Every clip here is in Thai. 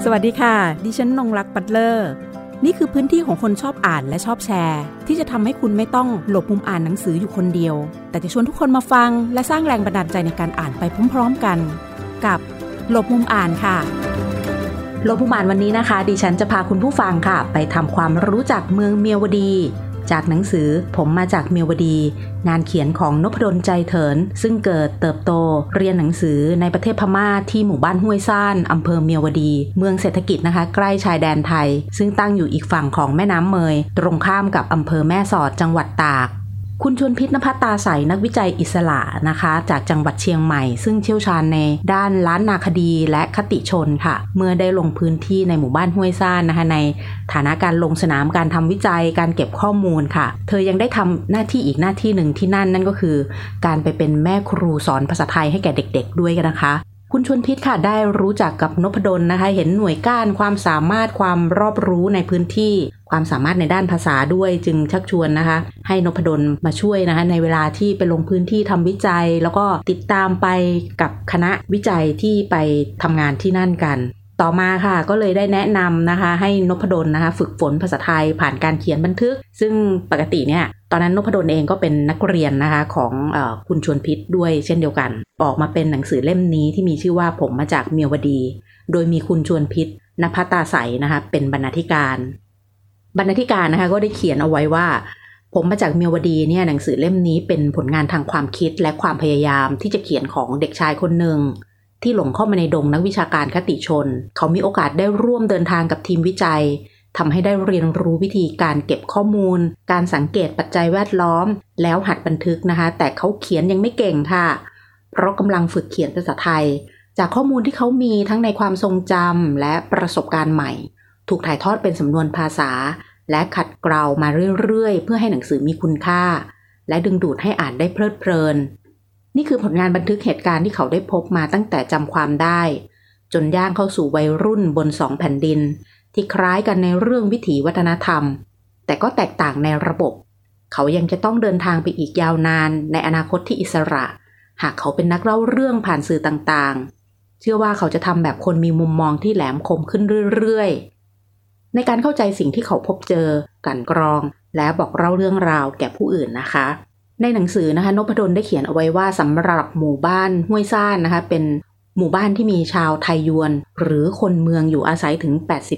สวัสดีค่ะดิฉันนงรักปัตเลอร์นี่คือพื้นที่ของคนชอบอ่านและชอบแชร์ที่จะทำให้คุณไม่ต้องหลบมุมอ่านหนังสืออยู่คนเดียวแต่จะชวนทุกคนมาฟังและสร้างแรงบันดาลใจในการอ่านไปพร้อมๆกันกับหลบมุมอ่านค่ะหลบมุมอ่านวันนี้นะคะดิฉันจะพาคุณผู้ฟังค่ะไปทำความรู้จักเมืองเมียวดีจากหนังสือผมมาจากเมียวดีงานเขียนของนพดลใจเถินซึ่งเกิดเติบโตเรียนหนังสือในประเทศพม่าที่หมู่บ้านห้วยซ่านอำเภอเมียวดีเมืองเศรษฐกิจนะคะใกล้ชายแดนไทยซึ่งตั้งอยู่อีกฝั่งของแม่น้ำเมยตรงข้ามกับอำเภอแม่สอดจังหวัดตากคุณชวนพิษ ณภัตตาใสนักวิจัยอิสระนะคะจากจังหวัดเชียงใหม่ซึ่งเชี่ยวชาญในด้านล้านนาคดีและคติชนค่ะเมื่อได้ลงพื้นที่ในหมู่บ้านห้วยซ่านนะคะในฐานะการลงสนามการทำวิจัยการเก็บข้อมูลค่ะเธอยังได้ทำหน้าที่อีกหน้าที่หนึ่งที่นั่นก็คือการไปเป็นแม่ครูสอนภาษาไทยให้แก่เด็กๆด้วยกันนะคะคุณชวนพิษค่ะได้รู้จักกับนพดลนะคะเห็นหน่วยก้านความสามารถความรอบรู้ในพื้นที่ความสามารถในด้านภาษาด้วยจึงชักชวนนะคะให้นพดลมาช่วยนะคะในเวลาที่ไปลงพื้นที่ทำวิจัยแล้วก็ติดตามไปกับคณะวิจัยที่ไปทำงานที่นั่นกันต่อมาค่ะก็เลยได้แนะนำนะคะให้นพดลนะคะฝึกฝนภาษาไทยผ่านการเขียนบันทึกซึ่งปกติเนี่ยตอนนั้นนพดลเองก็เป็นนักเรียนนะคะของคุณชวนพิษด้วยเช่นเดียวกันออกมาเป็นหนังสือเล่มนี้ที่มีชื่อว่าผมมาจากเมียวดีโดยมีคุณชวนพิษ ณภัตตาใสนะคะเป็นบรรณาธิการนะคะก็ได้เขียนเอาไว้ว่าผมมาจากเมียวดีเนี่ยหนังสือเล่มนี้เป็นผลงานทางความคิดและความพยายามที่จะเขียนของเด็กชายคนหนึ่งที่หลงเข้ามาในดงนักวิชาการคติชนเขามีโอกาสได้ร่วมเดินทางกับทีมวิจัยทำให้ได้เรียนรู้วิธีการเก็บข้อมูลการสังเกตปัจจัยแวดล้อมแล้วหัดบันทึกนะคะแต่เขาเขียนยังไม่เก่งค่ะเพราะกำลังฝึกเขียนภาษาไทยจากข้อมูลที่เขามีทั้งในความทรงจำและประสบการณ์ใหม่ถูกถ่ายทอดเป็นสำนวนภาษาและขัดเกลามาเรื่อยๆเพื่อให้หนังสือมีคุณค่าและดึงดูดให้อ่านได้เพลิดเพลินนี่คือผลงานบันทึกเหตุการณ์ที่เขาได้พบมาตั้งแต่จำความได้จนย่างเข้าสู่วัยรุ่นบน2 แผ่นดินที่คล้ายกันในเรื่องวิถีวัฒนธรรมแต่ก็แตกต่างในระบบเขายังจะต้องเดินทางไปอีกยาวนานในอนาคตที่อิสระหากเขาเป็นนักเล่าเรื่องผ่านสื่อต่างๆเชื่อว่าเขาจะทำแบบคนมีมุมมองที่แหลมคมขึ้นเรื่อยๆในการเข้าใจสิ่งที่เขาพบเจอกลั่นกรองและบอกเล่าเรื่องราวแก่ผู้อื่นนะคะในหนังสือนะคะนพดลได้เขียนเอาไว้ว่าสำหรับหมู่บ้านห้วยซ่านนะคะเป็นหมู่บ้านที่มีชาวไทยวนหรือคนเมืองอยู่อาศัยถึง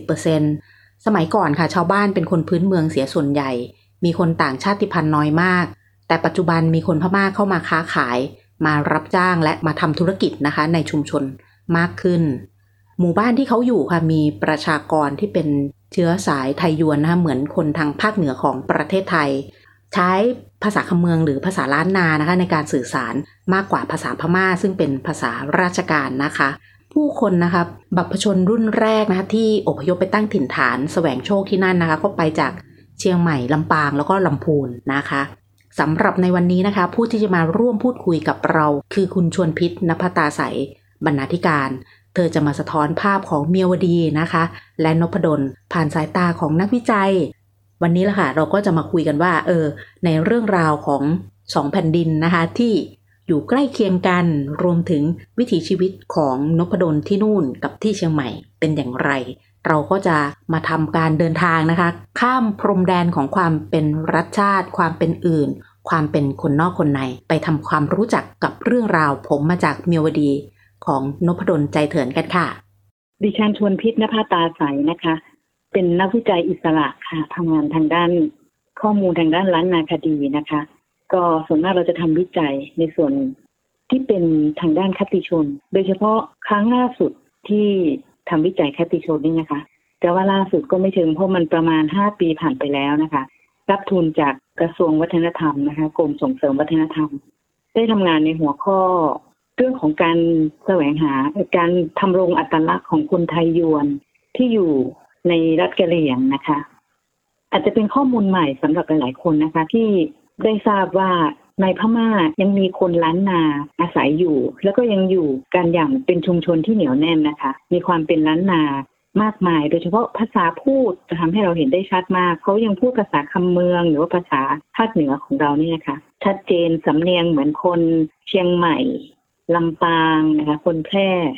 80% สมัยก่อนค่ะชาวบ้านเป็นคนพื้นเมืองเสียส่วนใหญ่มีคนต่างชาติพันธุ์น้อยมากแต่ปัจจุบันมีคนพม่าเข้ามาค้าขายมารับจ้างและมาทำธุรกิจนะคะในชุมชนมากขึ้นหมู่บ้านที่เขาอยู่ค่ะมีประชากรที่เป็นเชื้อสายไทยยวนนะคะเหมือนคนทางภาคเหนือของประเทศไทยใช้ภาษาคำเมืองหรือภาษาล้านนานะคะในการสื่อสารมากกว่าภาษาพม่าซึ่งเป็นภาษาราชการนะคะผู้คนนะคะบรรพชนรุ่นแรกนะคะที่อพยพไปตั้งถิ่นฐานแสวงโชคที่นั่นนะคะก็ไปจากเชียงใหม่ลำปางแล้วก็ลำพูนนะคะสำหรับในวันนี้นะคะผู้ที่จะมาร่วมพูดคุยกับเราคือคุณชวนพิษ ณภัตตาใสบรรณาธิการเธอจะมาสะท้อนภาพของเมียวดีนะคะและนพดลผ่านสายตาของนักวิจัยวันนี้ล่ะค่ะเราก็จะมาคุยกันว่าในเรื่องราวของ2 แผ่นดินนะคะที่อยู่ใกล้เคียงกันรวมถึงวิถีชีวิตของนพดลที่นู่นกับที่เชียงใหม่เป็นอย่างไรเราก็จะมาทำการเดินทางนะคะข้ามพรมแดนของความเป็นรัฐชาติความเป็นอื่นความเป็นคนนอกคนในไปทำความรู้จักกับเรื่องราวผมมาจากเมียวดีของนพดลใจเถินกันค่ะดิฉันชวนพิษ ณภัตตาใสนะคะเป็นนักวิจัยอิสระค่ะทำงานทางด้านข้อมูลทางด้านล้านนาคดีนะคะก็ส่วนมากเราจะทำวิจัยในส่วนที่เป็นทางด้านคติชนโดยเฉพาะครั้งล่าสุดที่ทำวิจัยคติชนนี่นะคะแต่ว่าล่าสุดก็ไม่ถึงเพราะมันประมาณ5 ปีผ่านไปแล้วนะคะรับทุนจากกระทรวงวัฒนธรรมนะคะกรมส่งเสริมวัฒนธรรมได้ทำงานในหัวข้อเรื่องของการแสวงหาการทำรงอัตลักษณ์ของคนไทยยวนที่อยู่ในรัฐกะเหรี่ยงนะคะอาจจะเป็นข้อมูลใหม่สำหรับหลายๆคนนะคะที่ได้ทราบว่าในพม่ายังมีคนล้านนาอาศัยอยู่แล้วก็ยังอยู่กันอย่างเป็นชุมชนที่เหนียวแน่นนะคะมีความเป็นล้านนามากมายโดยเฉพาะภาษาพูดจะทำให้เราเห็นได้ชัดมากเขายังพูดภาษาคำเมืองหรือว่าภาษาภาคเหนือของเรานี่นะคะชัดเจนสำเนียงเหมือนคนเชียงใหม่ลำปางนะคะคนแพร่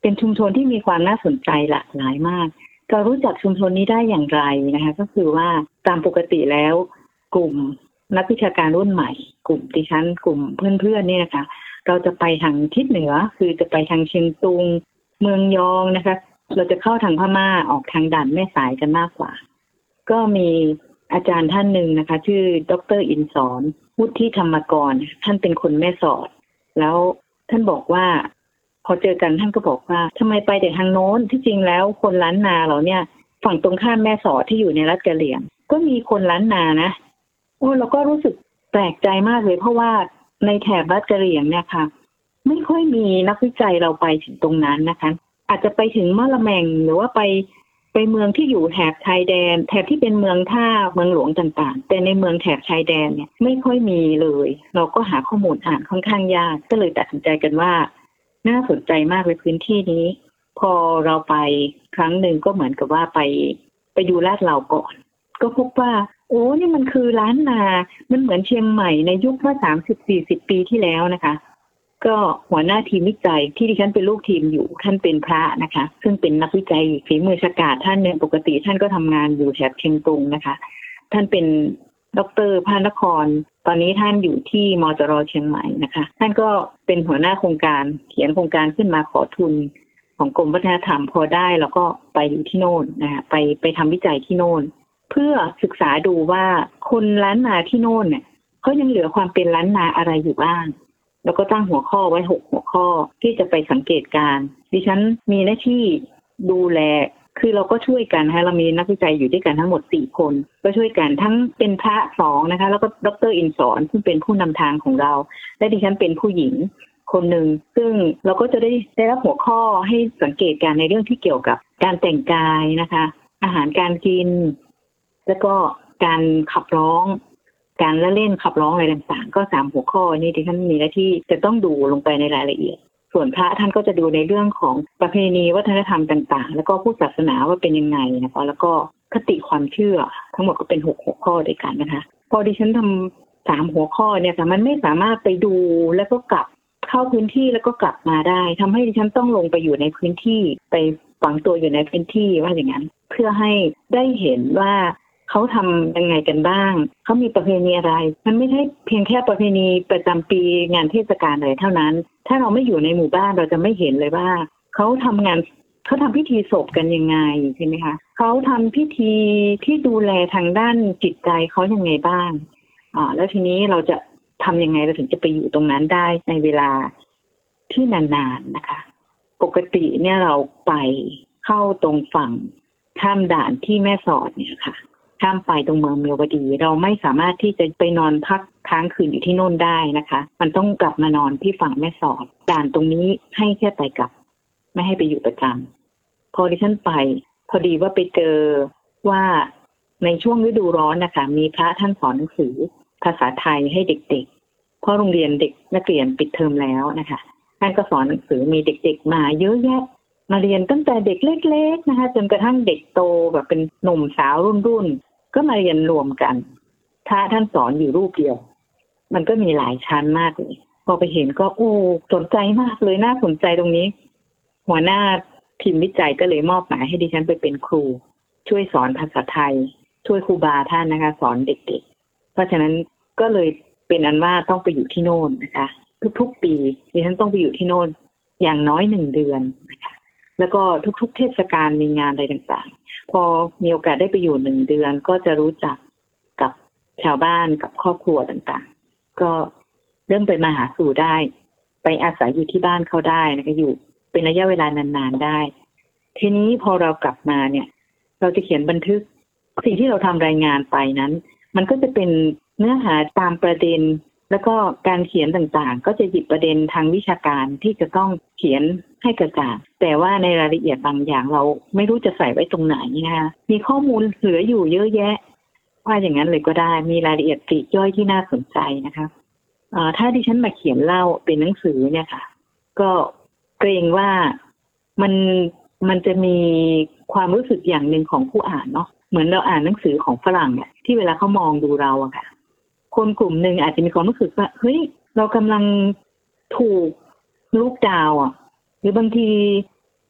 เป็นชุมชนที่มีความน่าสนใจหลากหลายมากเรารู้จักชุมชนนี้ได้อย่างไรนะคะก็คือว่าตามปกติแล้วกลุ่มนักวิชาการรุ่นใหม่กลุ่มดิฉันกลุ่มเพื่อนๆนี่นะคะเราจะไปทางทิศเหนือคือจะไปทางเชียงตุงเมืองยองนะคะเราจะเข้าทางพม่าออกทางด่านแม่สายกันมากกว่าก็มีอาจารย์ท่านหนึ่งนะคะชื่อดร.อินสอนวุฒิธรรมกรท่านเป็นคนแม่สอดแล้วท่านบอกว่าพอเจอกันท่านก็บอกว่าทำไมไปแต่ทางโน้นที่จริงแล้วคนล้านนาเราเนี่ยฝั่งตรงข้ามแม่สอดที่อยู่ในรัฐกะเหรี่ยงก็มีคนล้านนานะเราก็รู้สึกแปลกใจมากเลยเพราะว่าในแถบรัฐกะเหรี่ยงเนี่ยค่ะไม่ค่อยมีนักวิจัยเราไปถึงตรงนั้นนะคะอาจจะไปถึงมะละแมงหรือว่าไปเมืองที่อยู่แถบชายแดนแถบที่เป็นเมืองท่าเมืองหลวงต่างๆแต่ในเมืองแถบชายแดนเนี่ยไม่ค่อยมีเลยเราก็หาข้อมูลอ่านค่อนข้างยากก็เลยตัดสินใจกันว่าน่าสนใจมากเลยพื้นที่นี้พอเราไปครั้งหนึ่งก็เหมือนกับว่าไปดูลาดเหลาก่อนก็พบว่าโอ้นี่มันคือล้านนามันเหมือนเชียงใหม่ในยุคเมื่อ 30-40 ปีที่แล้วนะคะก็หัวหน้าทีมวิจัยที่ดิฉันเป็นลูกทีมอยู่ท่านเป็นพระนะคะซึ่งเป็นนักวิจัยฝีมือฉกาจท่านหนึ่งปกติท่านก็ทำงานอยู่แถบเชียงตุงนะคะท่านเป็นดร.พานครตอนนี้ท่านอยู่ที่มจร.เชียงใหม่นะคะท่านก็เป็นหัวหน้าโครงการเขียนโครงการขึ้นมาขอทุนของกรมวัฒนธรรมพอได้แล้วก็ไปอยู่ที่โน่นนะคะไปทำวิจัยที่โน่นเพื่อศึกษาดูว่าคนล้านนาที่โน่นเนี่ยเขายังเหลือความเป็นล้านนาอะไรอยู่บ้างแล้วก็ตั้งหัวข้อไว้6หัวข้อที่จะไปสังเกตการดิฉันมีหน้าที่ดูแลคือเราก็ช่วยกันนะคะเรามีนักวิจัยอยู่ด้วยกันทั้งหมด4คนก็ช่วยกันทั้งเป็นพระ2นะคะแล้วก็ดร.อินสอนซึ่งเป็นผู้นำทางของเราและดิฉันเป็นผู้หญิงคนหนึ่งซึ่งเราก็จะได้รับหัวข้อให้สังเกตการในเรื่องที่เกี่ยวกับการแต่งกายนะคะอาหารการกินแล้วก็การขับร้องการเล่นขับร้องอะไรต่างๆก็3หัวข้อนี้ที่ท่านมีหน้าที่จะต้องดูลงไปในรายละเอียดส่วนพระท่านก็จะดูในเรื่องของประเพณีวัฒนธรรมต่างๆแล้วก็พุทธศาสนาว่าเป็นยังไงนะคะแล้วก็คติความเชื่อทั้งหมดก็เป็น6หัวข้อด้วยกันนะคะพอดิฉันทำ3หัวข้อเนี่ยค่ะมันไม่สามารถไปดูแล้วก็กลับเข้าพื้นที่แล้วก็กลับมาได้ทำให้ดิฉันต้องลงไปอยู่ในพื้นที่ไปฝังตัวอยู่ในพื้นที่ว่าอย่างนั้นเพื่อให้ได้เห็นว่าเขาทำยังไงกันบ้างเขามีประเพณีอะไรมันไม่ใช่เพียงแค่ประเพณีประจำปีงานเทศกาลอะไรเท่านั้นถ้าเราไม่อยู่ในหมู่บ้านเราจะไม่เห็นเลยว่าเขาทำพิธีศพกันยังไงใช่ไหมคะเขาทำพิธีที่ดูแลทางด้านจิตใจเขายังไงบ้างแล้วทีนี้เราจะทำยังไงเราถึงจะไปอยู่ตรงนั้นได้ในเวลาที่นานๆนะคะปกติเนี่ยเราไปเข้าตรงฝั่งข้ามด่านที่แม่สอดเนี่ยค่ะข้ามไปตรงเมืองเมียวดีเราไม่สามารถที่จะไปนอนพักค้างคืนอยู่ที่โน่นได้นะคะมันต้องกลับมานอนที่ฝั่งแม่สอดด่านตรงนี้ให้แค่ไปกลับไม่ให้ไปอยู่ประจำพอดิฉันไปพอดีว่าไปเจอว่าในช่วงฤดูร้อนนะคะมีพระท่านสอนหนังสือภาษาไทยให้เด็กๆเพราะโรงเรียนเด็กนักเรียนปิดเทอมแล้วนะคะท่านก็สอนหนังสือมีเด็กๆมาเยอะแยะมาเรียนตั้งแต่เด็กเล็กๆนะคะจนกระทั่งเด็กโตแบบเป็นหนุ่มสาวรุ่นก็มาเรียนรวมกันถ้าท่านสอนอยู่รูปเดียวมันก็มีหลายชั้นมากเลยพอไปเห็นก็สนใจมากเลยน่าสนใจตรงนี้หัวหน้าทีมวิจัยก็เลยมอบหมายให้ดิฉันไปเป็นครูช่วยสอนภาษาไทยช่วยครูบาท่านนะคะสอนเด็กๆเพราะฉะนั้นก็เลยเป็นอันว่าต้องไปอยู่ที่โน่นนะคะทุกๆปีดิฉันต้องไปอยู่ที่โน่นอย่างน้อย1เดือนนะคะแล้วก็ทุกๆเทศกาลมีงานอะไรต่างๆพอมีโอกาสได้ไปอยู่1เดือนก็จะรู้จักกับชาวบ้านกับครอบครัวต่างๆก็เริ่มไปมาหาสู่ได้ไปอาศัยอยู่ที่บ้านเขาได้นะคะอยู่เป็นระยะเวลานานๆได้ทีนี้พอเรากลับมาเนี่ยเราจะเขียนบันทึกสิ่งที่เราทำรายงานไปนั้นมันก็จะเป็นเนื้อหาตามประเด็นแล้วก็การเขียนต่างๆก็จะหยิบประเด็นทางวิชาการที่จะต้องเขียนให้กระจ่างแต่ว่าในรายละเอียดบางอย่างเราไม่รู้จะใส่ไว้ตรงไหนนะคะมีข้อมูลเหลืออยู่เยอะแยะว่าอย่างนั้นเลยก็ได้มีรายละเอียดปลีกย่อยที่น่าสนใจนะคะถ้าดิฉันมาเขียนเล่าเป็นหนังสือเนี่ยค่ะก็เกรงว่ามันจะมีความรู้สึกอย่างหนึ่งของผู้อ่านเนาะเหมือนเราอ่านหนังสือของฝรั่งเนี่ยที่เวลาเขามองดูเราอะค่ะคนกลุ่มหนึ่งอาจจะมีความรู้สึกว่าเฮ้ยเรากำลังถูกลูกดาวอ่ะหรือบางที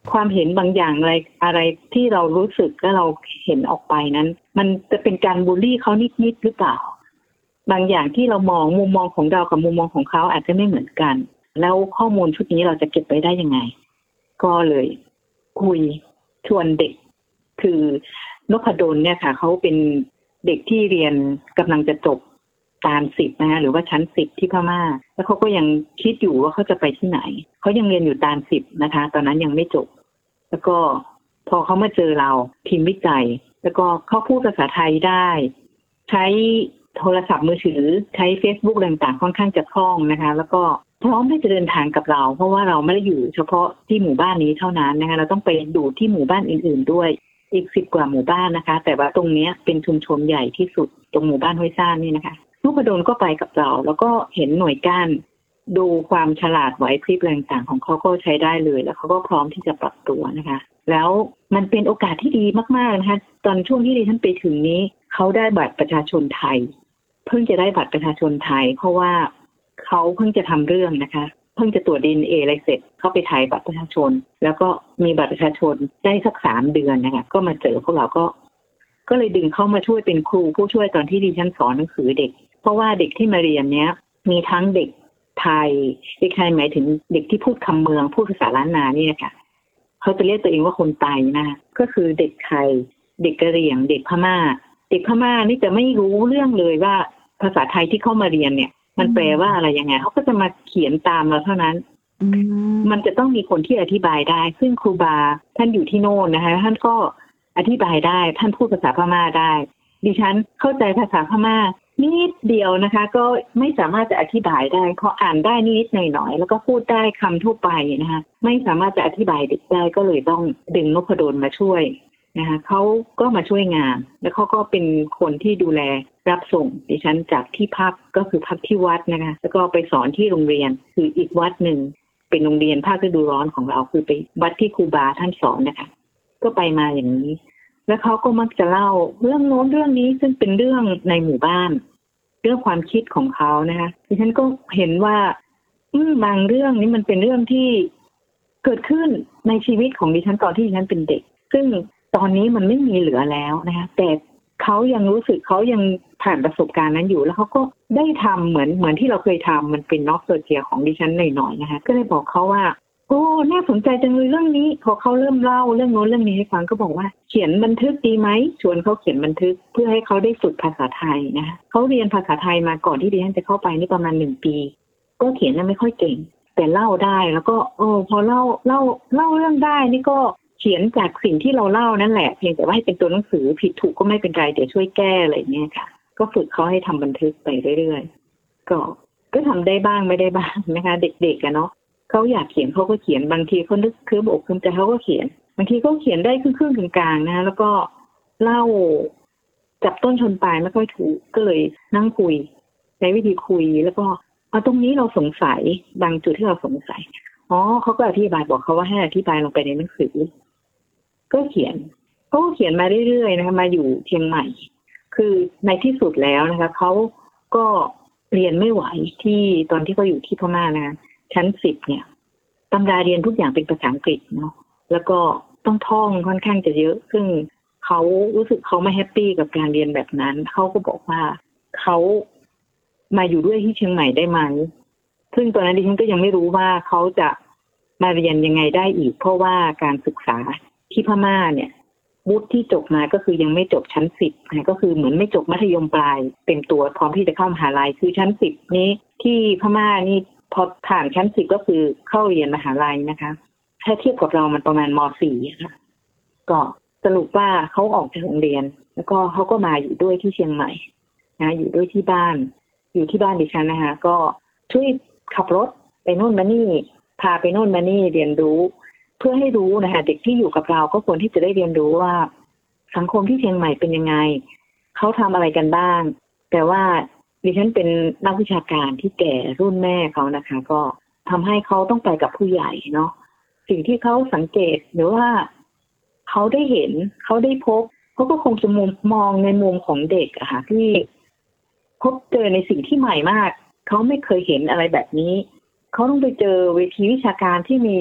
ความเห็นบางอย่างอะไรที่เรารู้สึกและเราเห็นออกไปนั้นมันจะเป็นการบูลลี่เขานิดหรือเปล่าบางอย่างที่เรามองมุมมองของเรากับมุมมองของเขาอาจจะไม่เหมือนกันแล้วข้อมูลชุดนี้เราจะเก็บไปได้ยังไงก็เลยคุยชวนเด็กคือนพดลเนี่ยค่ะเขาเป็นเด็กที่เรียนกำลังจะจบตาม10นะคะหรือว่าชั้น10ที่พม่าแล้วเขาก็ยังคิดอยู่ว่าเขาจะไปที่ไหนเขายังเรียนอยู่ตาม10นะคะตอนนั้นยังไม่จบแล้วก็พอเขามาเจอเราทีมวิจัยแล้วก็เขาพูดภาษาไทยได้ใช้โทรศัพท์มือถือใช้ Facebook ต่างๆค่อนข้างจะคล่องนะคะแล้วก็พร้อมที่จะเดินทางกับเราเพราะว่าเราไม่ได้อยู่เฉพาะที่หมู่บ้านนี้เท่านั้นนะคะเราต้องไปดูที่หมู่บ้านอื่นๆด้วยอีก10 กว่าหมู่บ้านนะคะแต่ว่าตรงนี้เป็นชุมชนใหญ่ที่สุดตรงหมู่บ้านห้วยซ่านนี่นะคะนพดลก็ไปกับเราแล้วก็เห็นหน่วยก้านดูความฉลาดไหวพริบต่างๆของเขาก็ใช้ได้เลยแล้วเขาก็พร้อมที่จะปรับตัวนะคะแล้วมันเป็นโอกาสที่ดีมากๆนะคะตอนช่วงที่ดิฉันไปถึงนี้เขาได้บัตรประชาชนไทยเพิ่งจะได้บัตรประชาชนไทยเพราะว่าเขาเพิ่งจะทำเรื่องนะคะเพิ่งจะตรวจ DNA อะไรเสร็จเข้าไปถ่ายบัตรประชาชนแล้วก็มีบัตรประชาชนได้สัก3 เดือนนะคะก็มาเจอพวกเราก็เลยดึงเข้ามาช่วยเป็นครูผู้ช่วยตอนที่ดิฉันสอนหนังสือเด็กเพราะว่าเด็กที่มาเรียนเนี้ยมีทั้งเด็กไทยเด็กไทยหมายถึงเด็กที่พูดคำเมืองพูดภาษาล้านนานี่นะคะเขาจะเรียกตัวเองว่าคนไตนะก็คือเด็กไทยเด็กกะเหรี่ยงเด็กพม่าเด็กพม่านี่จะไม่รู้เรื่องเลยว่าภาษาไทยที่เข้ามาเรียนเนี่ยมันแปลว่าอะไรยังไงเขาก็จะมาเขียนตามเราเท่านั้นมันจะต้องมีคนที่อธิบายได้ซึ่งครูบาท่านอยู่ที่โน่นนะคะท่านก็อธิบายได้ท่านพูดภาษาพม่าได้ดิฉันเข้าใจภาษาพม่านิดเดียวนะคะก็ไม่สามารถจะอธิบายได้เพราะอ่านได้นิดหน่อยแล้วก็พูดได้คำทั่วไปนะคะไม่สามารถจะอธิบายเด็กได้ก็เลยต้องดึงนพดลมาช่วยนะคะเขาก็มาช่วยงานแล้วเขาก็เป็นคนที่ดูแลรับส่งดิฉันจากที่พักก็คือพักที่วัดนะคะแล้วก็ไปสอนที่โรงเรียนคืออีกวัดหนึ่งเป็นโรงเรียนภาคฤดูร้อนของเราคือไปวัดที่ครูบาท่านสอนนะคะก็ไปมาอย่างนี้แล้วเขาก็มักจะเล่าเรื่องโน้นเรื่องนี้ซึ่งเป็นเรื่องในหมู่บ้านเรื่องความคิดของเขานะคะดิฉันก็เห็นว่าบางเรื่องนี้มันเป็นเรื่องที่เกิดขึ้นในชีวิตของดิฉันตอนที่ดิฉันเป็นเด็กซึ่งตอนนี้มันไม่มีเหลือแล้วนะคะแต่เขายังรู้สึกเขายังผ่านประสบการณ์นั้นอยู่แล้วเขาก็ได้ทำเหมือนที่เราเคยทำมันเป็นนอกโซเชียลของดิฉันหน่อยๆนะคะก็เลยบอกเขาว่าโอ้น่าสนใจจังเลยเรื่องนี้พอเขาเริ่มเล่าเรื่องโน้นเรื่องนี้ให้ฟังก็บอกว่าเขียนบันทึกดีไหมชวนเขาเขียนบันทึกเพื่อให้เขาได้ฝึกภาษาไทยนะคะเขาเรียนภาษาไทยมาก่อนที่ดิฉันจะเข้าไปนี่ประมาณ1 ปีก็เขียนไม่ค่อยเก่งแต่เล่าได้แล้วก็พอเล่าเรื่องได้นี่ก็เขียนจากสิ่งที่เราเล่านั่นแหละเพียงแต่ว่าให้เป็นตัวหนังสือผิดถูกก็ไม่เป็นไรเดี๋ยวช่วยแก้อะไรอย่างเงี้ยค่ะก็ฝึกเขาให้ทำบันทึกไปเรื่อยๆก็ทำได้บ้างไม่ได้บ้างนะคะเด็กๆอะเนาะเขาอยากเขียนเขาก็เขียนบางทีเขานึกคืบอกคืนใจเขาก็เขียนบางทีเขาเขียนได้ครึ่งๆกลางๆนะแล้วก็เล่าจับต้นชนปลายไม่ค่อยถูกก็เลยนั่งคุยใช้วิธีคุยแล้วก็ตรงนี้เราสงสัยบางจุดที่เราสงสัยเขาก็อธิบายบอกเขาว่าให้อธิบายลงไปในหนังสือก็เขียนมาเรื่อยๆนะคะมาอยู่เชียงใหม่คือในที่สุดแล้วนะคะเขาก็เรียนไม่ไหวที่ตอนที่เขาอยู่ที่พม่านะชั้น10เนี่ยตำราเรียนทุกอย่างเป็นภาษาอังกฤษเนาะแล้วก็ต้องท่องค่อนข้างจะเยอะซึ่งเขารู้สึกเขาไม่แฮปปี้กับการเรียนแบบนั้นเขาก็บอกว่าเขามาอยู่ด้วยที่เชียงใหม่ได้ไหมซึ่งตอนนั้นดิฉันก็ยังไม่รู้ว่าเขาจะมาเรียนยังไงได้อีกเพราะว่าการศึกษาที่พม่าเนี่ยวุฒิที่จบมาก็คือยังไม่จบชั้น10นะก็คือเหมือนไม่จบมัธยมปลายเต็มตัวพร้อมที่จะเข้ามหาลัยคือชั้น10นี้ที่พม่านี่พอผ่านชั้น10ก็คือเข้าเรียนมหาลัยนะคะถ้าเทียบกับเรามันประมาณม.4 ค่ะก็สรุปว่าเขาออกจากโรงเรียนแล้วก็เขาก็มาอยู่ด้วยที่เชียงใหม่นะอยู่ด้วยที่บ้านอยู่ที่บ้านดิฉันนะคะก็ช่วยขับรถไปโน่นมานี่พาไปโน่นมานี่เรียนรู้เพื่อให้รู้นะคะเด็กที่อยู่กับเราก็ควรที่จะได้เรียนรู้ว่าสังคมที่เชียงใหม่เป็นยังไงเขาทำอะไรกันบ้างแต่ว่าดิฉันเป็นนักวิชาการที่แก่รุ่นแม่เขานะคะก็ทำให้เขาต้องไปกับผู้ใหญ่เนาะสิ่งที่เขาสังเกตหรือว่าเขาได้เห็นเขาได้พบเขาก็คงจะมองในมุมของเด็กอะค่ะที่พบเจอในสิ่งที่ใหม่มากเขาไม่เคยเห็นอะไรแบบนี้เขาต้องไปเจอเวทีวิชาการที่มี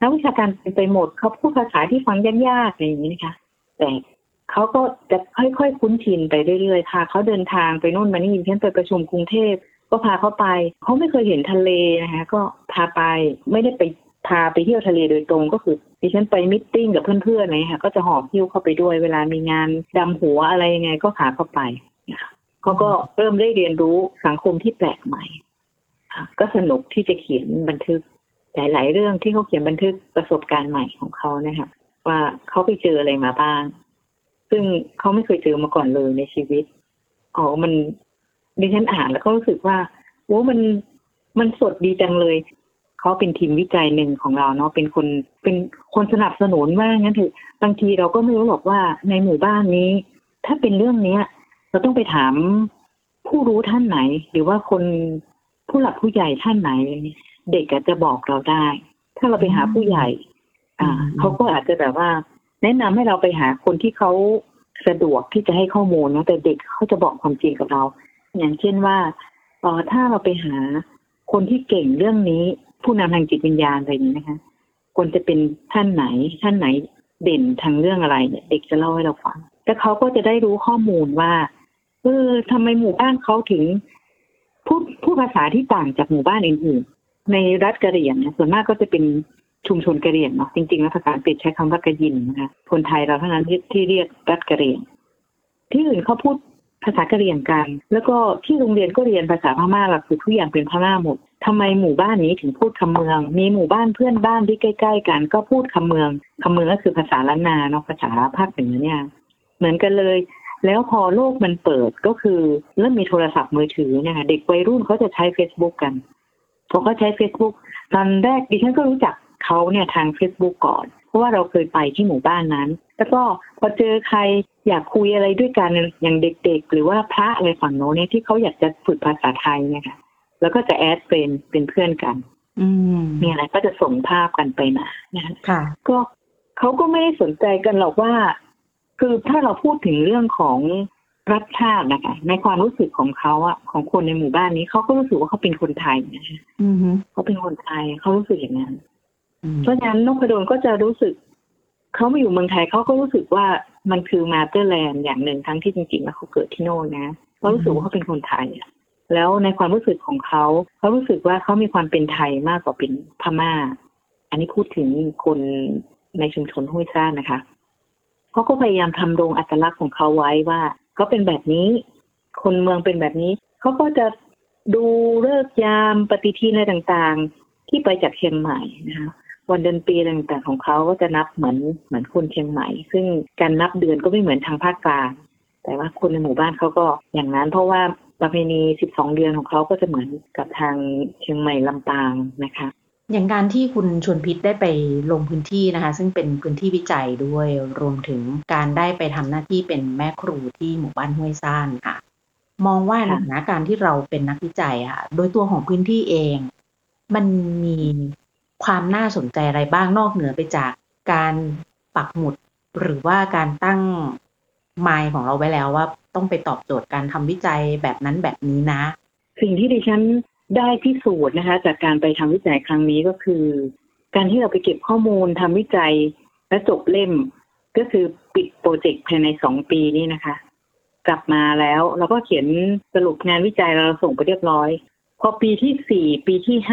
นักวิชาการไปหมดเขาพูดภาษาที่ฟังยากๆอะไรอย่างนี้นะคะแต่เขาก็จะค่อยๆคุ้นชินไปเรื่อยๆพาเขาเดินทางไปโน่นมานี่เช่นไปประชุมกรุงเทพก็พาเขาไปเขาไม่เคยเห็นทะเลนะคะก็พาไปไม่ได้ไปพาไปเที่ยวทะเลโดยตรงก็คือดิฉันไปมิทติ้งกับเพื่อนๆอะไรค่ะก็จะหอบหิ้วเข้าไปด้วยเวลามีงานดำหัวอะไรยังไงก็พาเข้าไปนะคะเขาก็เริ่มได้เรียนรู้สังคมที่แปลกใหม่ก็สนุกที่จะเขียนบันทึกหลายๆเรื่องที่เขาเขียนบันทึกประสบการณ์ใหม่ของเขานะคะว่าเขาไปเจออะไรมาบ้างซึ่งเขาไม่เคยเจอมาก่อนเลยในชีวิตมันดิฉันอ่านแล้วก็รู้สึกว่าโอ้มันสดดีจังเลยเขาเป็นทีมวิจัยหนึ่งของเราเนาะเป็นคนสนับสนุนว่างั้นเถอะบางทีเราก็ไม่รู้หรอกว่าในหมู่บ้านนี้ถ้าเป็นเรื่องนี้เราต้องไปถามผู้รู้ท่านไหนหรือว่าคนผู้หลักผู้ใหญ่ท่านไหนเด็กอาจจะบอกเราได้ถ้าเราไปหาผู้ใหญ่เขาก็อาจจะแบบว่าแนะนำให้เราไปหาคนที่เขาสะดวกที่จะให้ข้อมูลนะแต่เด็กเขาจะบอกความจริงกับเราอย่างเช่นว่าถ้าเราไปหาคนที่เก่งเรื่องนี้ผู้นำทางจิตวิญญาณอะไรนี้นะคะควรจะเป็นท่านไหนเด่นทางเรื่องอะไรเนี่ยเด็กจะเล่าให้เราฟังแต่เขาก็จะได้รู้ข้อมูลว่าทำไมหมู่บ้านเขาถึงพูดภาษาที่ต่างจากหมู่บ้านอื่นๆในรัฐกะเหรี่ยงส่วนมากก็จะเป็นชุมชนกะเหรี่ยงเนาะจริงๆแล้วภาษาอังกฤษใช้คำว่ากะยินนะคะคนไทยเราเท่านั้นที่เรียกรัฐกะเหรี่ยงที่อื่นเขาพูดภาษากะเหรี่ยงกันแล้วก็ที่โรงเรียนก็เรียนภาษาพม่าหลักสูตรทุกอย่างเป็นพม่าหมดทำไมหมู่บ้านนี้ถึงพูดคำเมืองมีหมู่บ้านเพื่อนบ้านที่ใกล้ๆกันก็พูดคำเมืองก็คือภาษาล้านนาเนาะภาษาภาคเหนือเนี่ยเหมือนกันเลยแล้วพอโลกมันเปิดก็คือเริ่มมีโทรศัพท์มือถือเนี่ยเด็กวัยรุ่นเขาจะใช้ Facebook กันพอเขาใช้ Facebook ตอนแรกดิฉันก็รู้จักเขาเนี่ยทาง Facebook ก่อนเพราะว่าเราเคยไปที่หมู่บ้านนั้นแล้วก็พอเจอใครอยากคุยอะไรด้วยกันอย่างเด็กๆหรือว่าพระอะไรฝั่งโน้นเนี่ยที่เขาอยากจะฝึกภาษาไทยเนี่ยค่ะแล้วก็จะแอดเป็นเพื่อนกันมีอะไรก็จะส่งภาพกันไปมานะคะก็เขาก็ไม่ได้สนใจกันหรอกว่าคือถ้าเราพูดถึงเรื่องของรัฐชาตินะคะในความรู้สึกของเขาอะของคนในหมู่บ้านนี้เขาก็รู้สึกว่าเขาเป็นคนไทยนะคะเขาเป็นคนไทยเขารู้สึกอย่างนั้นเพราะฉะนั้นนพดลก็จะรู้สึกเขามาอยู่เมืองไทยเขาก็รู้สึกว่ามันคือมาเตอร์แลนด์อย่างหนึ่งทั้งที่จริงๆแล้วเขาเกิดที่โน่นนะเขารู้สึกว่าเขาเป็นคนไทยแล้วในความรู้สึกของเขารู้สึกว่าเขามีความเป็นไทยมากกว่าเป็นพม่าอันนี้พูดถึงคนในชุมชนห้วยซ่านนะคะเขาก็พยายามทำโรงอัตลักษณ์ของเขาไว้ว่าเขาเป็นแบบนี้คนเมืองเป็นแบบนี้เขาก็จะดูฤกษ์ยามปฏิทินอะไรต่างๆที่ไปจากเชียงใหม่นะคะวันเดือนปีต่างๆของเขาก็จะนับเหมือนคนเชียงใหม่ซึ่งการนับเดือนก็ไม่เหมือนทางภาคกลางแต่ว่าคนในหมู่บ้านเขาก็อย่างนั้นเพราะว่าประเพณี12เดือนของเขาก็จะเหมือนกับทางเชียงใหม่ลำปางนะคะอย่างการที่คุณชวนพิษได้ไปลงพื้นที่นะคะซึ่งเป็นพื้นที่วิจัยด้วยรวมถึงการได้ไปทำหน้าที่เป็นแม่ครูที่หมู่บ้านห้วยซ่านค่ะมองว่าในฐานะการที่เราเป็นนักวิจัยค่ะโดยตัวของพื้นที่เองมันมีความน่าสนใจอะไรบ้างนอกเหนือไปจากการปักหมุดหรือว่าการตั้งไมล์ของเราไว้แล้วว่าต้องไปตอบโจทย์การทำวิจัยแบบนั้นแบบนี้นะสิ่งที่ดิฉันได้พิสูจน์นะคะจากการไปทำวิจัยครั้งนี้ก็คือการที่เราไปเก็บข้อมูลทำวิจัยและจบเล่มก็คือปิดโปรเจกต์ภายใน2 ปีนี้นะคะกลับมาแล้วเราก็เขียนสรุปงานวิจัยเราส่งไปเรียบร้อยพอปีที่4ปีที่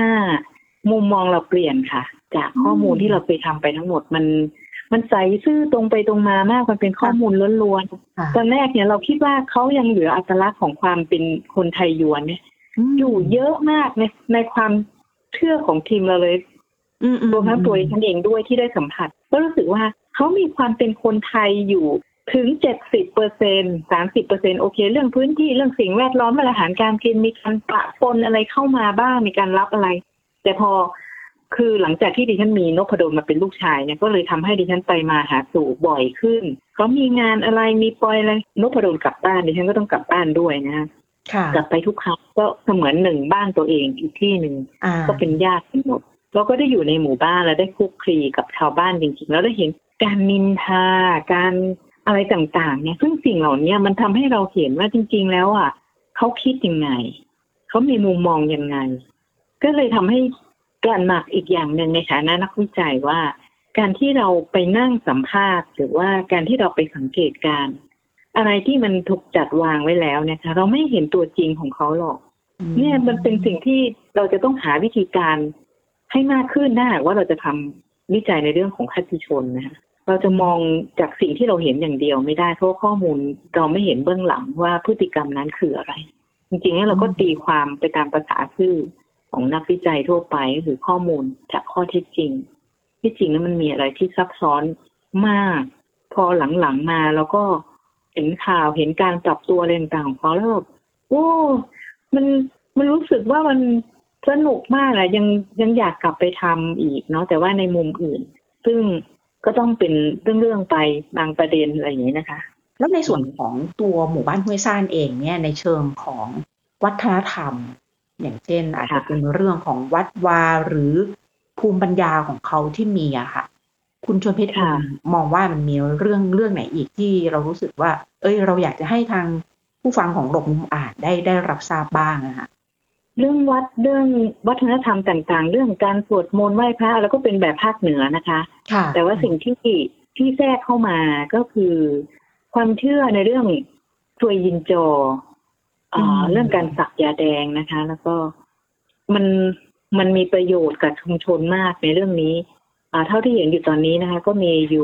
5มุมมองเราเปลี่ยนค่ะจากข้อมูลที่เราเคยทำไปทั้งหมดมันใสซื่อตรงไปตรงมามากมันเป็นข้อมูลล้วนๆตอนแรกเนี่ยเราคิดว่าเขายังเหลืออัตลักษณ์ของความเป็นคนไทยยวนเนี่ยอยู่เยอะมากในความเชื่อของทีมเราเลยรวมทั้งตัวฉันเองด้วยที่ได้สัมผัสก็รู้สึกว่าเขามีความเป็นคนไทยอยู่ถึง 70% 30% โอเคเรื่องพื้นที่เรื่องสิ่งแวดล้อมอาหารการกินมีการปะปนอะไรเข้ามาบ้างมีการรับอะไรแต่พอคือหลังจากที่ดิฉันมีนพดลมาเป็นลูกชายเนี่ยก็เลยทำให้ดิฉันไปมาหาสู่บ่อยขึ้นเขามีงานอะไรมีปอยอะไรนพดลกลับบ้านดิฉันก็ต้องกลับบ้านด้วยนะกลับไปทุกครั้งก็เสมือนหนึ่งบ้านตัวเองอีกที่หนึ่งก็เป็นญาติหมดเราก็ได้อยู่ในหมู่บ้านแล้วได้คลุกคลีกับชาวบ้านจริงๆแล้วได้เห็นการนินทาการอะไรต่างๆเนี่ยซึ่งสิ่งเหล่านี้มันทำให้เราเห็นว่าจริงๆแล้วเขาคิดยังไงเขามีมุมมองยังไงก็เลยทำให้ตระหนักอีกอย่างหนึ่งในฐานะนักวิจัยว่าการที่เราไปนั่งสัมภาษณ์หรือว่าการที่เราไปสังเกตการณ์อะไรที่มันถูกจัดวางไว้แล้วเนี่ยค่ะเราไม่เห็นตัวจริงของเขาหรอกเนี่ยมันเป็นสิ่งที่เราจะต้องหาวิธีการให้มากขึ้นถ้าหากว่าเราจะทำวิจัยในเรื่องของคติชนนะคะเราจะมองจากสิ่งที่เราเห็นอย่างเดียวไม่ได้เพราะข้อมูลเราไม่เห็นเบื้องหลังว่าพฤติกรรมนั้นคืออะไรจริงๆแล้วเราก็ตีความไปตามภาษาชื่อของนักวิจัยทั่วไปหรือข้อมูลจากข้อเท็จจริงที่จริงแล้วมันมีอะไรที่ซับซ้อนมากพอหลังๆมาเราก็เห็นข่าวเห็นการปรับตัวอะไรต่างๆของเขาแล้วโอ้มันรู้สึกว่ามันสนุกมากอะยังอยากกลับไปทำอีกเนาะแต่ว่าในมุมอื่นซึ่งก็ต้องเป็นเรื่องไปบางประเด็นอะไรอย่างนี้นะคะแล้วในส่วนของตัวหมู่บ้านห้วยซ่านเองเนี่ยในเชิงของวัฒนธรรมอย่างเช่นอาจจะเป็นเรื่องของวัดวาหรือภูมิปัญญาของเขาที่มีอะค่ะคุณชวนเพชรมองว่ามันมีเรื่องไหนอีกที่เรารู้สึกว่าเราอยากจะให้ทางผู้ฟังของหลบมุมอ่านได้รับทราบบ้างนะคะเรื่องวัดเรื่องวัฒนธรรมต่างๆเรื่องการสวดมนต์ไหว้พระแล้วก็เป็นแบบภาคเหนือนะคะแต่ว่าสิ่งที่แทรกเข้ามาก็คือความเชื่อในเรื่องถวยยินจอเรื่องการสักยาแดงนะคะแล้วก็มันมีประโยชน์กับชุมชนมากในเรื่องนี้เท่าที่เห็นอยู่ตอนนี้นะคะก็มีอยู่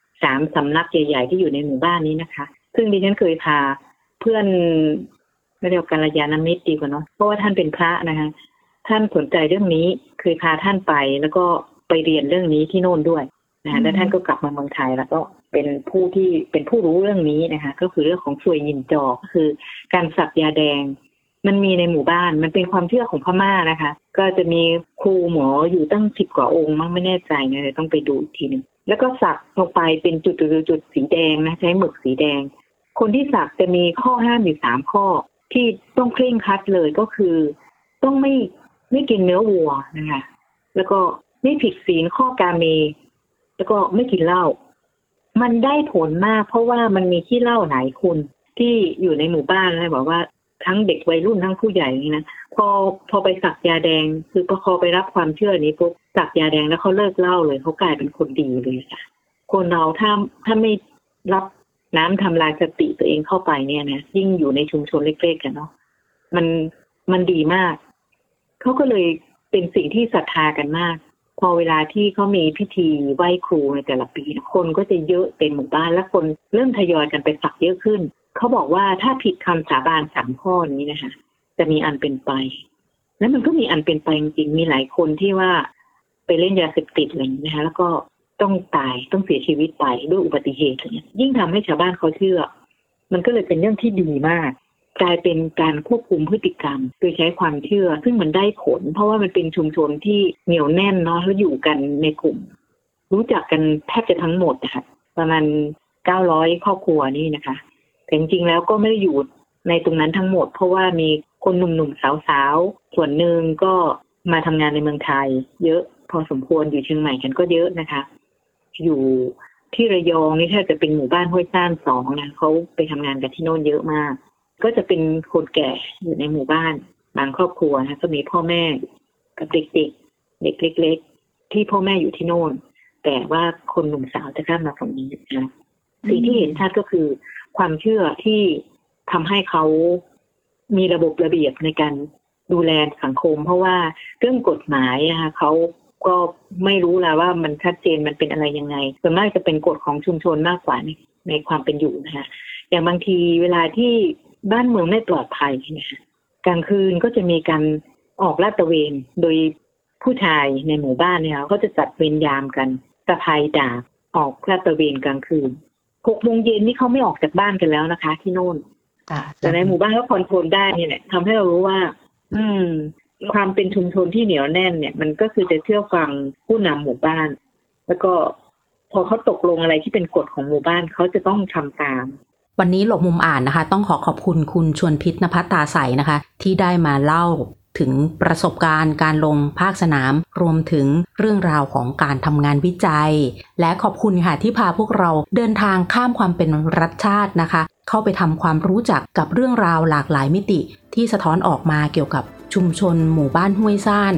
3 สำนักใหญ่ๆที่อยู่ในหมู่บ้านนี้นะคะซึ่งดิฉันเคยพาเพื่อนไม่เรียกกัลยาณมิตรดีกว่าเนาะเพราะว่าท่านเป็นพระนะคะท่านสนใจเรื่องนี้เคยพาท่านไปแล้วก็ไปเรียนเรื่องนี้ที่โน่นด้วยนะแล้วท่านก็กลับมาเมืองไทยแล้วก็เป็นผู้รู้เรื่องนี้นะคะก็คือเรื่องของถวยยินจอก็คือการสักยาแดงมันมีในหมู่บ้านมันเป็นความเชื่อของพม่านะคะก็จะมีครูหมออยู่ตั้ง10 กว่าองค์มั้งไม่แน่ใจนะเลยต้องไปดูอีกทีนึงแล้วก็สักลงไปเป็นจุดสีแดงนะใช้หมึกสีแดงคนที่สักจะมีข้อห้ามอยู่3 ข้อที่ต้องเคร่งครัดเลยก็คือต้องไม่กินเนื้อวัวนะคะแล้วก็ไม่ผิดศีลข้อกาเมแล้วก็ไม่กินเหล้ามันได้ผลมากเพราะว่ามันมีขี้เหล้าหลายคนที่อยู่ในหมู่บ้านเลยบอกว่าทั้งเด็กวัยรุ่นทั้งผู้ใหญ่นี่นะพอไปสักยาแดงคือพอไปรับความเชื่อนี้ปุ๊บสักยาแดงแล้วเขาเลิกเหล้าเลยเขากลายเป็นคนดีเลยค่ะคนเราถ้าไม่รับน้ำทำลายสติตัวเองเข้าไปเนี่ยนะยิ่งอยู่ในชุมชนเล็กๆกันเนาะมันดีมากเขาก็เลยเป็นสิ่งที่ศรัทธากันมากพอเวลาที่เขามีพิธีไหว้ครูในแต่ละปีคนก็จะเยอะเต็มหมู่บ้านและคนเริ่มทยอยกันไปสักเยอะขึ้นเขาบอกว่าถ้าผิดคำสาบาน3 ข้อนี้นะคะจะมีอันเป็นไปแล้วมันก็มีอันเป็นไปจริงๆมีหลายคนที่ว่าไปเล่นยาเสพติดอะไรอย่างนี้นะคะแล้วก็ต้องตายต้องเสียชีวิตไปด้วยอุบัติเหตุอะไรเงี้ยยิ่งทำให้ชาวบ้านเขาเชื่อมันก็เลยเป็นเรื่องที่ดีมากกลายเป็นการควบคุมพฤติกรรมโดยใช้ความเชื่อซึ่งมันได้ผลเพราะว่ามันเป็นชุมชนที่เหนียวแน่นเนาะแล้วอยู่กันในกลุ่มรู้จักกันแทบจะทั้งหมดนะคะประมาณ900 ครอบครัวนี่นะคะแต่จริงๆแล้วก็ไม่ได้อยู่ในตรงนั้นทั้งหมดเพราะว่ามีคนหนุ่มๆสาวๆส่วนหนึ่งก็มาทำงานในเมืองไทยเยอะพอสมควรอยู่เชียงใหม่กันก็เยอะนะคะอยู่ที่ระยองนี่แทบจะเป็นหมู่บ้านห้วยซ่าน2นะเขาไปทำงานกันที่โน่นเยอะมากก็จะเป็นคนแก่อยู่ในหมู่บ้านบางครอบครัวนะก็มีพ่อแม่กับเด็กเล็กๆที่พ่อแม่อยู่ที่โน่นแต่ว่าคนหนุ่มสาวจะข้ามมาฝั่งนี้นะสิ่งที่เห็นชัดก็คือความเชื่อที่ทำให้เขามีระบบระเบียบในการดูแลสังคมเพราะว่าเรื่องกฎหมายนะคะเขาก็ไม่รู้แล้วว่ามันชัดเจนมันเป็นอะไรยังไงส่วนมากจะเป็นกฎของชุมชนมากกว่าในความเป็นอยู่นะคะอย่างบางทีเวลาที่บ้านเมืองไม่ปลอดภัยนะคะกลางคืนก็จะมีการออกลาดตระเวนโดยผู้ชายในหมู่บ้านเนี่ยเขาจะจัดเวรยามกันสะพายดาบออกลาดตระเวนกลางคืน6 โมงเย็นนี่เขาไม่ออกจากบ้านกันแล้วนะคะที่โน่นแต่ในหมู่บ้านก็คอนโทรลได้นี่แหละทำให้เรารู้ว่าความเป็นชุมชนที่เหนียวแน่นเนี่ยมันก็คือจะเชื่อฟังผู้นำหมู่บ้านแล้วก็พอเขาตกลงอะไรที่เป็นกฎของหมู่บ้านเขาจะต้องทำตามวันนี้หลบมุมอ่านนะคะต้องขอบคุณคุณชวนพิษ ณภัทรตาใสนะคะที่ได้มาเล่าถึงประสบการณ์การลงภาคสนามรวมถึงเรื่องราวของการทำงานวิจัยและขอบคุณค่ะที่พาพวกเราเดินทางข้ามความเป็นรัฐชาตินะคะเข้าไปทำความรู้จักกับเรื่องราวหลากหลายมิติที่สะท้อนออกมาเกี่ยวกับชุมชนหมู่บ้านห้วยซ่าน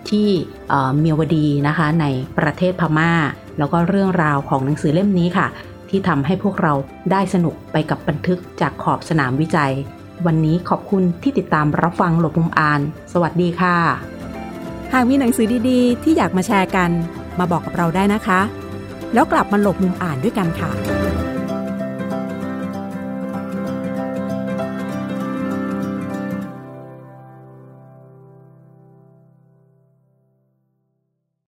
ที่เมียวดีนะคะในประเทศพม่าแล้วก็เรื่องราวของหนังสือเล่มนี้ค่ะที่ทำให้พวกเราได้สนุกไปกับบันทึกจากขอบสนามวิจัยวันนี้ขอบคุณที่ติดตามรับฟังหลบมุมอ่านสวัสดีค่ะหากมีหนังสือดีๆที่อยากมาแชร์กันมาบอกกับเราได้นะคะแล้วกลับมาหลบมุมอ่านด้วยกันค่ะ